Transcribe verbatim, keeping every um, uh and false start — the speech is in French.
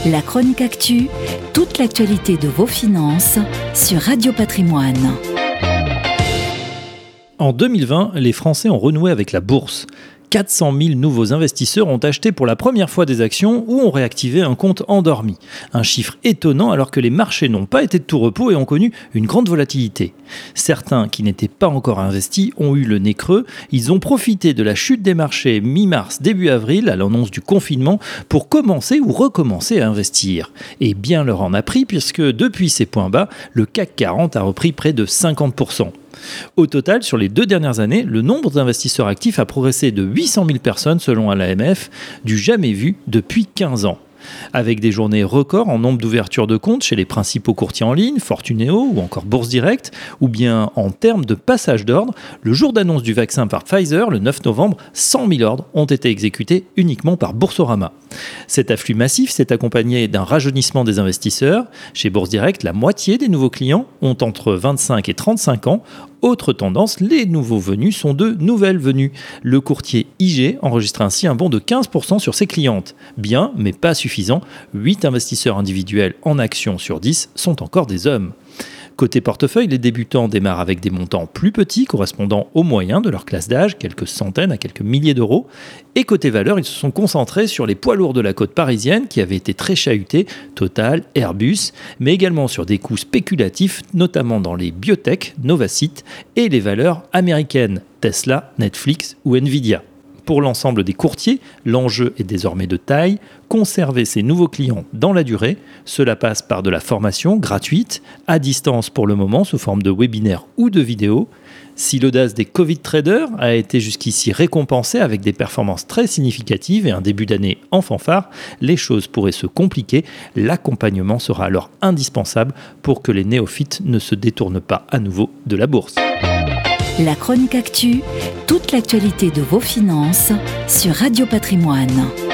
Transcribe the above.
La chronique actu, toute l'actualité de vos finances sur Radio Patrimoine. En deux mille vingt, les Français ont renoué avec la bourse. quatre cent mille nouveaux investisseurs ont acheté pour la première fois des actions ou ont réactivé un compte endormi. Un chiffre étonnant alors que les marchés n'ont pas été de tout repos et ont connu une grande volatilité. Certains qui n'étaient pas encore investis ont eu le nez creux. Ils ont profité de la chute des marchés mi-mars, début avril, à l'annonce du confinement, pour commencer ou recommencer à investir. Et bien leur en a pris puisque depuis ces points bas, le C A C quarante a repris près de cinquante pour cent. Au total, sur les deux dernières années, le nombre d'investisseurs actifs a progressé de huit cent mille personnes selon l'A M F, du jamais vu depuis quinze ans. Avec des journées records en nombre d'ouvertures de comptes chez les principaux courtiers en ligne, Fortuneo ou encore Bourse Direct, ou bien en termes de passage d'ordre, le jour d'annonce du vaccin par Pfizer, le neuf novembre, cent mille ordres ont été exécutés uniquement par Boursorama. Cet afflux massif s'est accompagné d'un rajeunissement des investisseurs. Chez Bourse Direct, la moitié des nouveaux clients ont entre vingt-cinq et trente-cinq ans. Autre tendance, les nouveaux venus sont de nouvelles venues. Le courtier I G enregistre ainsi un bond de quinze pour cent sur ses clientes. Bien, mais pas suffisant. huit investisseurs individuels en actions sur dix sont encore des hommes. Côté portefeuille, les débutants démarrent avec des montants plus petits correspondant aux moyens de leur classe d'âge, quelques centaines à quelques milliers d'euros. Et côté valeur, ils se sont concentrés sur les poids lourds de la côte parisienne qui avaient été très chahutés, Total, Airbus, mais également sur des coups spéculatifs, notamment dans les biotech, Novacite et les valeurs américaines, Tesla, Netflix ou Nvidia. Pour l'ensemble des courtiers, l'enjeu est désormais de taille, conserver ses nouveaux clients dans la durée. Cela passe par de la formation gratuite, à distance pour le moment, sous forme de webinaires ou de vidéos. Si l'audace des Covid traders a été jusqu'ici récompensée avec des performances très significatives et un début d'année en fanfare, les choses pourraient se compliquer. L'accompagnement sera alors indispensable pour que les néophytes ne se détournent pas à nouveau de la bourse. La chronique actu, toute l'actualité de vos finances sur Radio Patrimoine.